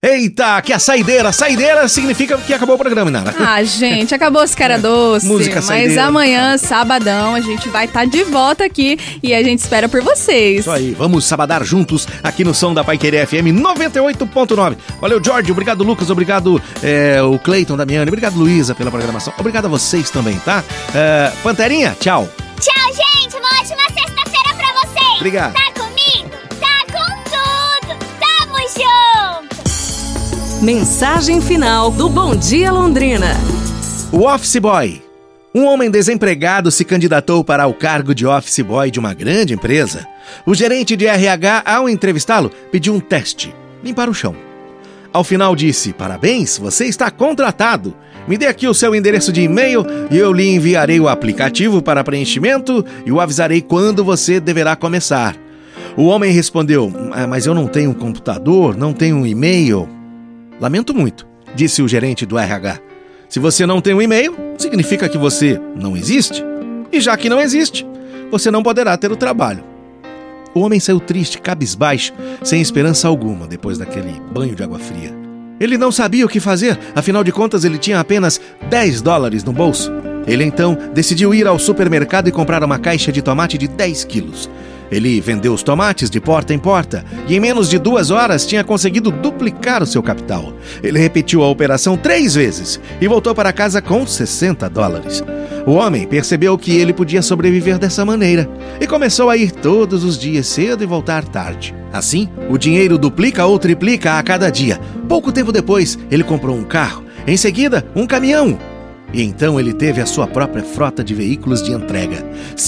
Eita, que a saideira significa que acabou o programa, Nara. Ah, gente, acabou esse cara doce. Música saideira. Mas amanhã, sabadão, a gente vai estar de volta aqui e a gente espera por vocês. Isso aí, vamos sabadar juntos aqui no som da Paiquerê FM 98.9. Valeu, Jorge, obrigado, Lucas, obrigado o Cleiton, Damiani, obrigado, Luísa, pela programação. Obrigado a vocês também, tá? Panterinha, tchau. Tchau, gente, uma ótima sexta-feira pra vocês. Obrigado. Tá comigo? Tá com tudo. Tamo junto. Mensagem final do Bom Dia Londrina. O Office Boy. Um homem desempregado se candidatou para o cargo de Office Boy de uma grande empresa. O gerente de RH, ao entrevistá-lo, pediu um teste: limpar o chão. Ao final disse: parabéns, você está contratado. Me dê aqui o seu endereço de e-mail e eu lhe enviarei o aplicativo para preenchimento e o avisarei quando você deverá começar. O homem respondeu: mas eu não tenho um computador, não tenho um e-mail. Lamento muito, disse o gerente do RH. Se você não tem um e-mail, significa que você não existe. E já que não existe, você não poderá ter o trabalho. O homem saiu triste, cabisbaixo, sem esperança alguma depois daquele banho de água fria. Ele não sabia o que fazer, afinal de contas ele tinha apenas $10 no bolso. Ele então decidiu ir ao supermercado e comprar uma caixa de tomate de 10 quilos. Ele vendeu os tomates de porta em porta e em menos de 2 horas tinha conseguido duplicar o seu capital. Ele repetiu a operação 3 vezes e voltou para casa com $60. O homem percebeu que ele podia sobreviver dessa maneira e começou a ir todos os dias cedo e voltar tarde. Assim, o dinheiro duplica ou triplica a cada dia. Pouco tempo depois, ele comprou um carro, em seguida, um caminhão. E então ele teve a sua própria frota de veículos de entrega.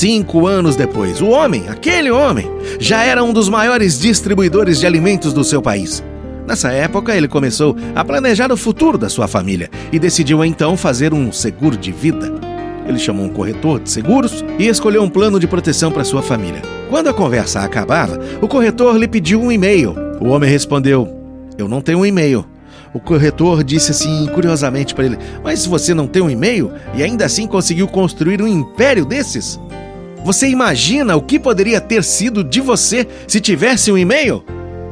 5 anos depois, aquele homem, já era um dos maiores distribuidores de alimentos do seu país. Nessa época, ele começou a planejar o futuro da sua família e decidiu então fazer um seguro de vida. Ele chamou um corretor de seguros e escolheu um plano de proteção para sua família. Quando a conversa acabava, o corretor lhe pediu um e-mail. O homem respondeu: eu não tenho um e-mail. O corretor disse assim, curiosamente para ele: mas você não tem um e-mail e ainda assim conseguiu construir um império desses? Você imagina o que poderia ter sido de você se tivesse um e-mail?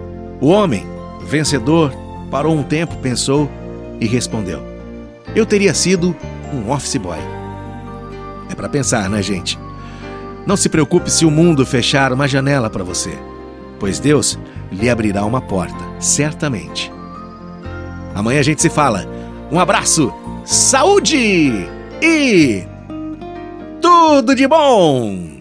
O homem, vencedor, parou um tempo, pensou e respondeu: eu teria sido um office boy. É para pensar, né, gente? Não se preocupe se o mundo fechar uma janela para você, pois Deus lhe abrirá uma porta, certamente. Amanhã a gente se fala. Um abraço, saúde e tudo de bom!